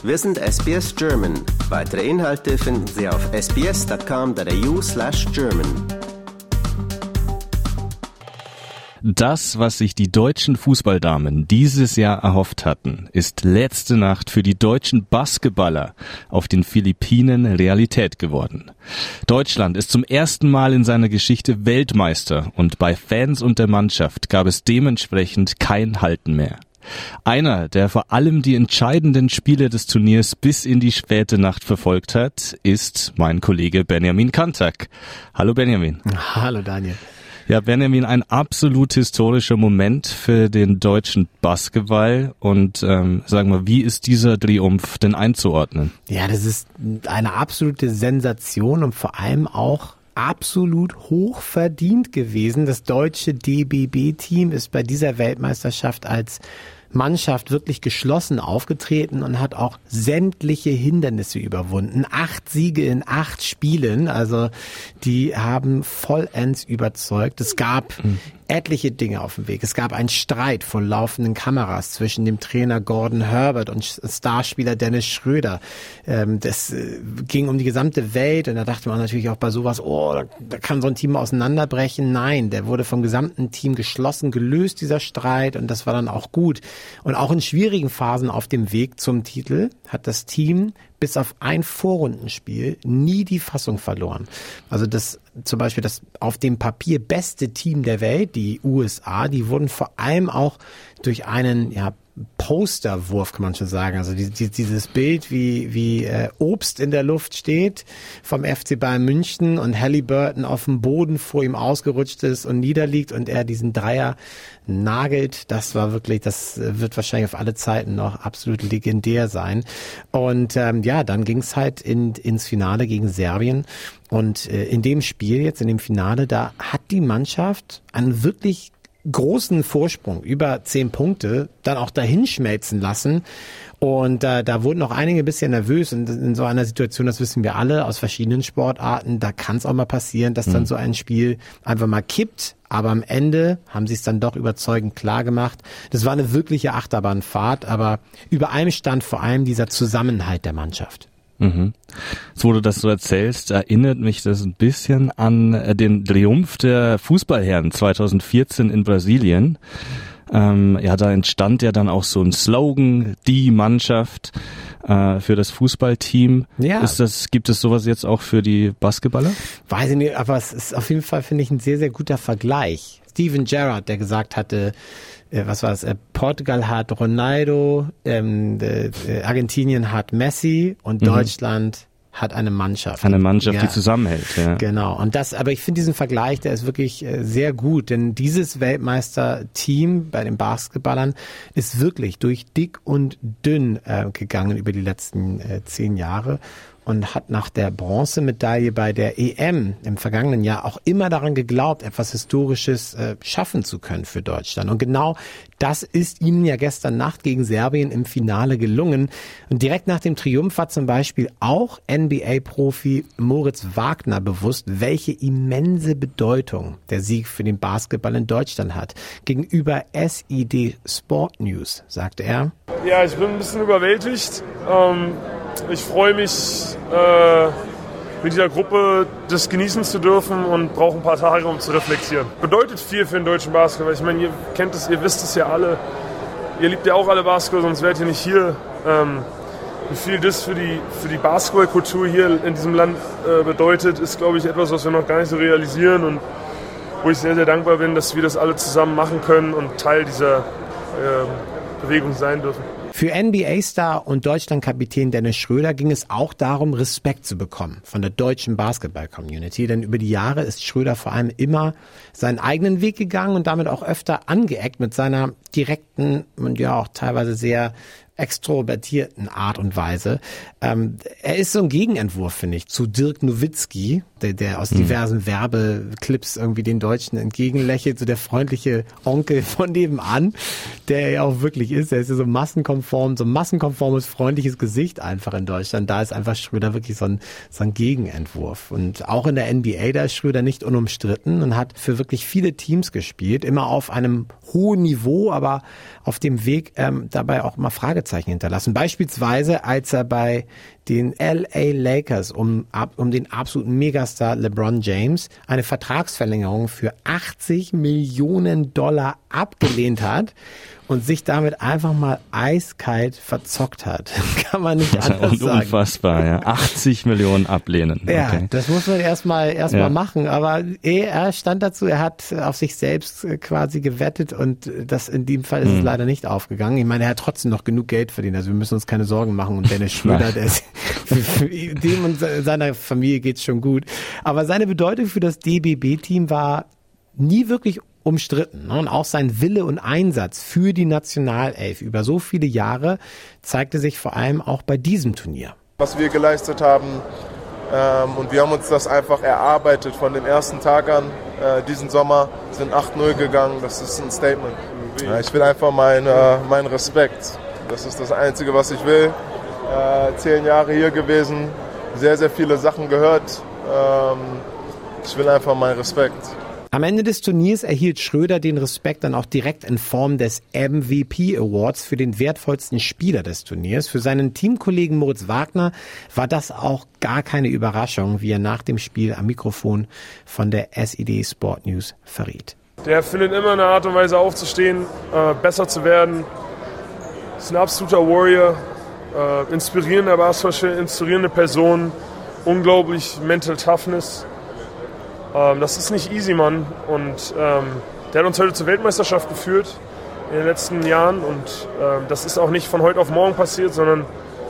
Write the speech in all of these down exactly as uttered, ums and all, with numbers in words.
Wir sind S B S German. Weitere Inhalte finden Sie auf sbs.com.au slash German. Das, was sich die deutschen Fußballdamen dieses Jahr erhofft hatten, ist letzte Nacht für die deutschen Basketballer auf den Philippinen Realität geworden. Deutschland ist zum ersten Mal in seiner Geschichte Weltmeister und bei Fans und der Mannschaft gab es dementsprechend kein Halten mehr. Einer, der vor allem die entscheidenden Spiele des Turniers bis in die späte Nacht verfolgt hat, ist mein Kollege Benjamin Kantak. Hallo Benjamin. Hallo Daniel. Ja, Benjamin, ein absolut historischer Moment für den deutschen Basketball und ähm, sagen wir, wie ist dieser Triumph denn einzuordnen? Ja, das ist eine absolute Sensation und vor allem auch absolut hoch verdient gewesen. Das deutsche D B B-Team ist bei dieser Weltmeisterschaft als Mannschaft wirklich geschlossen aufgetreten und hat auch sämtliche Hindernisse überwunden. Acht Siege in acht Spielen, also die haben vollends überzeugt. Es gab mhm. etliche Dinge auf dem Weg. Es gab einen Streit vor laufenden Kameras zwischen dem Trainer Gordon Herbert und Starspieler Dennis Schröder. Das ging um die gesamte Welt und da dachte man natürlich auch bei sowas, oh, da kann so ein Team auseinanderbrechen. Nein, der wurde vom gesamten Team geschlossen gelöst, dieser Streit, und das war dann auch gut. Und auch in schwierigen Phasen auf dem Weg zum Titel hat das Team bis auf ein Vorrundenspiel nie die Fassung verloren. Also das zum Beispiel das auf dem Papier beste Team der Welt, die U S A, die wurden vor allem auch durch einen ja Posterwurf, kann man schon sagen. Also die, die, dieses Bild, wie, wie äh, Obst in der Luft steht vom F C Bayern München und Halliburton auf dem Boden vor ihm ausgerutscht ist und niederliegt und er diesen Dreier nagelt. Das war wirklich, das wird wahrscheinlich auf alle Zeiten noch absolut legendär sein. Und ähm, ja, dann ging es halt in, ins Finale gegen Serbien. Und äh, in dem Spiel jetzt, in dem Finale, da hat die Mannschaft einen wirklich großen Vorsprung, über zehn Punkte, dann auch dahinschmelzen lassen. Und äh, da wurden auch einige ein bisschen nervös. Und in so einer Situation, das wissen wir alle aus verschiedenen Sportarten, da kann es auch mal passieren, dass dann so ein Spiel einfach mal kippt. Aber am Ende haben sie es dann doch überzeugend klar gemacht. Das war eine wirkliche Achterbahnfahrt, aber über allem stand vor allem dieser Zusammenhalt der Mannschaft. Mhm. So, wo du das so erzählst, erinnert mich das ein bisschen an den Triumph der Fußballherren zweitausendvierzehn in Brasilien. Ähm, ja, da entstand ja dann auch so ein Slogan, die Mannschaft äh, für das Fußballteam. Ja. Ist das, gibt es sowas jetzt auch für die Basketballer? Weiß ich nicht, aber es ist auf jeden Fall, finde ich, ein sehr, sehr guter Vergleich. Steven Gerrard, der gesagt hatte, was war es, Portugal hat Ronaldo, ähm, äh, Argentinien hat Messi und mhm. Deutschland hat eine Mannschaft. Eine Mannschaft, ja. die zusammenhält. Ja. Genau. Und das, aber ich finde diesen Vergleich, der ist wirklich äh, sehr gut, denn dieses Weltmeisterteam bei den Basketballern ist wirklich durch dick und dünn äh, gegangen über die letzten äh, zehn Jahre. Und hat nach der Bronzemedaille bei der E M im vergangenen Jahr auch immer daran geglaubt, etwas Historisches äh, schaffen zu können für Deutschland. Und genau das ist ihnen ja gestern Nacht gegen Serbien im Finale gelungen. Und direkt nach dem Triumph war zum Beispiel auch N B A-Profi Moritz Wagner bewusst, welche immense Bedeutung der Sieg für den Basketball in Deutschland hat. Gegenüber S I D Sport News sagte er: Ja, ich bin ein bisschen überwältigt. Ähm Ich freue mich, äh, mit dieser Gruppe das genießen zu dürfen und brauche ein paar Tage, um zu reflektieren. Bedeutet viel für den deutschen Basketball. Ich meine, ihr kennt es, ihr wisst es ja alle. Ihr liebt ja auch alle Basketball, sonst wärt ihr nicht hier. Ähm, wie viel das für die, für die Basketballkultur hier in diesem Land äh, bedeutet, ist, glaube ich, etwas, was wir noch gar nicht so realisieren und wo ich sehr, sehr dankbar bin, dass wir das alle zusammen machen können und Teil dieser äh, Bewegung sein dürfen. Für N B A-Star und Deutschland-Kapitän Dennis Schröder ging es auch darum, Respekt zu bekommen von der deutschen Basketball-Community. Denn über die Jahre ist Schröder vor allem immer seinen eigenen Weg gegangen und damit auch öfter angeeckt mit seiner direkten und ja auch teilweise sehr extrovertierten Art und Weise. Ähm, er ist so ein Gegenentwurf, finde ich, zu Dirk Nowitzki, der, der aus diversen mhm. Werbeclips irgendwie den Deutschen entgegenlächelt, so der freundliche Onkel von nebenan, der ja auch wirklich ist. Er ist ja so massenkonform, so ein massenkonformes, freundliches Gesicht einfach in Deutschland. Da ist einfach Schröder wirklich so ein, so ein Gegenentwurf. Und auch in der N B A, da ist Schröder nicht unumstritten und hat für wirklich viele Teams gespielt, immer auf einem hohen Niveau, aber auf dem Weg ähm, dabei auch mal Fragezeichen Fragezeichen hinterlassen. Beispielsweise, als er bei den L A Lakers um, um den absoluten Megastar LeBron James eine Vertragsverlängerung für achtzig Millionen Dollar abgelehnt hat und sich damit einfach mal eiskalt verzockt hat. Kann man nicht anders sagen. Unfassbar, ja. achtzig Millionen ablehnen. Ja, okay. Das muss man erstmal erstmal ja. machen. Aber er stand dazu, er hat auf sich selbst quasi gewettet und das in dem Fall ist mhm. es leider nicht aufgegangen. Ich meine, er hat trotzdem noch genug Geld verdient. Also wir müssen uns keine Sorgen machen. Und Dennis Schröder, der ist, für, für dem und seiner Familie geht's schon gut. Aber seine Bedeutung für das D B B-Team war nie wirklich umstritten. Und auch sein Wille und Einsatz für die Nationalelf über so viele Jahre zeigte sich vor allem auch bei diesem Turnier. Was wir geleistet haben, ähm, und wir haben uns das einfach erarbeitet von dem ersten Tag an. Äh, diesen Sommer sind acht null gegangen, das ist ein Statement. Ja, ich will einfach meinen äh, mein Respekt. Das ist das Einzige, was ich will. Äh, zehn Jahre hier gewesen, sehr, sehr viele Sachen gehört. Ähm, ich will einfach meinen Respekt. Am Ende des Turniers erhielt Schröder den Respekt dann auch direkt in Form des M V P Awards für den wertvollsten Spieler des Turniers. Für seinen Teamkollegen Moritz Wagner war das auch gar keine Überraschung, wie er nach dem Spiel am Mikrofon von der S I D Sport News verriet. Der findet immer eine Art und Weise aufzustehen, äh, besser zu werden. Ist ein absoluter Warrior, äh, inspirierender Basketballspieler, inspirierende Person, unglaublich Mental Toughness. Das ist nicht easy, Mann. Und ähm, der hat uns heute zur Weltmeisterschaft geführt in den letzten Jahren. Und ähm, das ist auch nicht von heute auf morgen passiert, sondern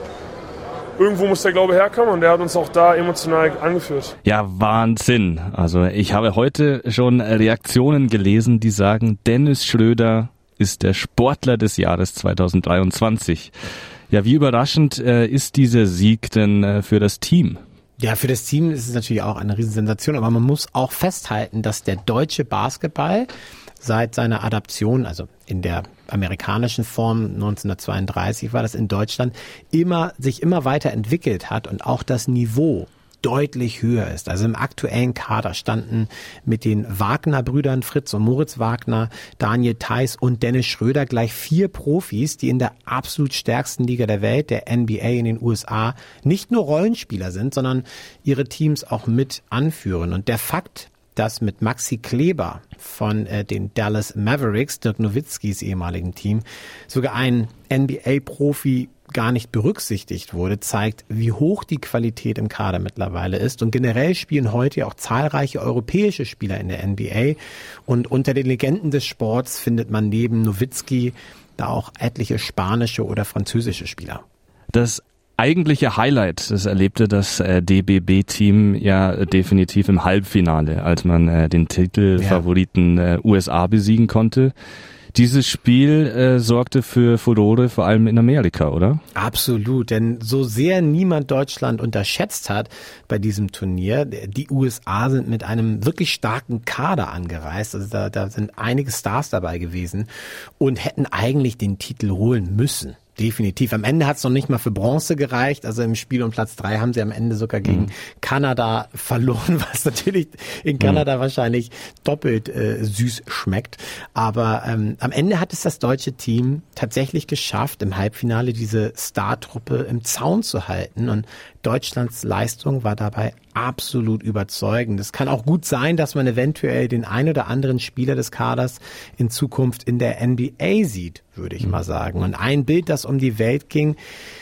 irgendwo muss der Glaube herkommen. Und der hat uns auch da emotional angeführt. Ja, Wahnsinn. Also ich habe heute schon Reaktionen gelesen, die sagen, Dennis Schröder ist der Sportler des Jahres zwanzig dreiundzwanzig. Ja, wie überraschend äh, ist dieser Sieg denn äh, für das Team? Ja, für das Team ist es natürlich auch eine Riesensensation, aber man muss auch festhalten, dass der deutsche Basketball seit seiner Adaption, also in der amerikanischen Form neunzehnhundertzweiunddreißig war das in Deutschland, immer sich immer weiter entwickelt hat und auch das Niveau deutlich höher ist. Also im aktuellen Kader standen mit den Wagner-Brüdern Fritz und Moritz Wagner, Daniel Theis und Dennis Schröder gleich vier Profis, die in der absolut stärksten Liga der Welt, der N B A in den U S A, nicht nur Rollenspieler sind, sondern ihre Teams auch mit anführen. Und der Fakt, dass mit Maxi Kleber von äh, den Dallas Mavericks, Dirk Nowitzkis ehemaligen Team, sogar ein N B A-Profi gar nicht berücksichtigt wurde, zeigt, wie hoch die Qualität im Kader mittlerweile ist. Und generell spielen heute auch zahlreiche europäische Spieler in der N B A. Und unter den Legenden des Sports findet man neben Nowitzki da auch etliche spanische oder französische Spieler. Das eigentliche Highlight, das erlebte das äh, D B B-Team ja definitiv im Halbfinale, als man äh, den Titelfavoriten äh, U S A besiegen konnte. Dieses Spiel äh, sorgte für Furore, vor allem in Amerika, oder? Absolut, denn so sehr niemand Deutschland unterschätzt hat bei diesem Turnier, die U S A sind mit einem wirklich starken Kader angereist, also da, da sind einige Stars dabei gewesen und hätten eigentlich den Titel holen müssen. Definitiv. Am Ende hat es noch nicht mal für Bronze gereicht. Also im Spiel um Platz drei haben sie am Ende sogar gegen mhm. Kanada verloren, was natürlich in Kanada mhm. wahrscheinlich doppelt äh, süß schmeckt. Aber ähm, am Ende hat es das deutsche Team tatsächlich geschafft, im Halbfinale diese Startruppe im Zaun zu halten. Und Deutschlands Leistung war dabei absolut überzeugend. Es kann auch gut sein, dass man eventuell den ein oder anderen Spieler des Kaders in Zukunft in der N B A sieht, würde ich mal sagen. Und ein Bild, das um die Welt ging,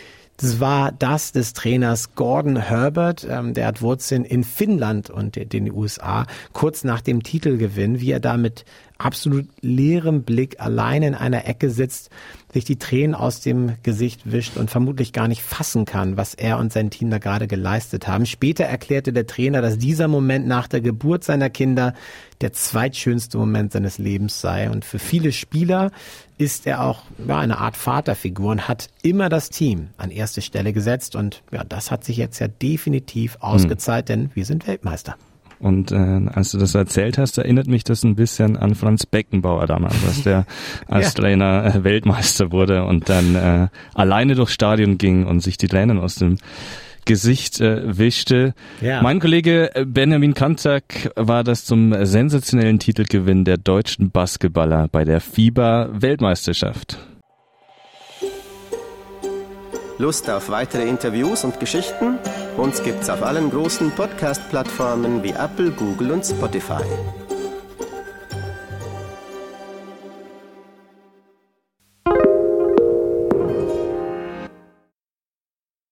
das war das des Trainers Gordon Herbert. Ähm, der hat Wurzeln in Finnland und den U S A. Kurz nach dem Titelgewinn, wie er da mit absolut leerem Blick allein in einer Ecke sitzt, sich die Tränen aus dem Gesicht wischt und vermutlich gar nicht fassen kann, was er und sein Team da gerade geleistet haben. Später erklärte der Trainer, dass dieser Moment nach der Geburt seiner Kinder der zweitschönste Moment seines Lebens sei. Und für viele Spieler ist er auch ja, eine Art Vaterfigur und hat immer das Team an erste Stelle gesetzt. Und ja, das hat sich jetzt ja definitiv ausgezahlt, denn wir sind Weltmeister. Und äh, als du das erzählt hast, erinnert mich das ein bisschen an Franz Beckenbauer damals, dass der als ja. Trainer äh, Weltmeister wurde und dann äh, alleine durchs Stadion ging und sich die Tränen aus dem Gesicht äh, wischte. Ja. Mein Kollege Benjamin Kantak war das zum sensationellen Titelgewinn der deutschen Basketballer bei der FIBA-Weltmeisterschaft. Lust auf weitere Interviews und Geschichten? Uns gibt's auf allen großen Podcast-Plattformen wie Apple, Google und Spotify.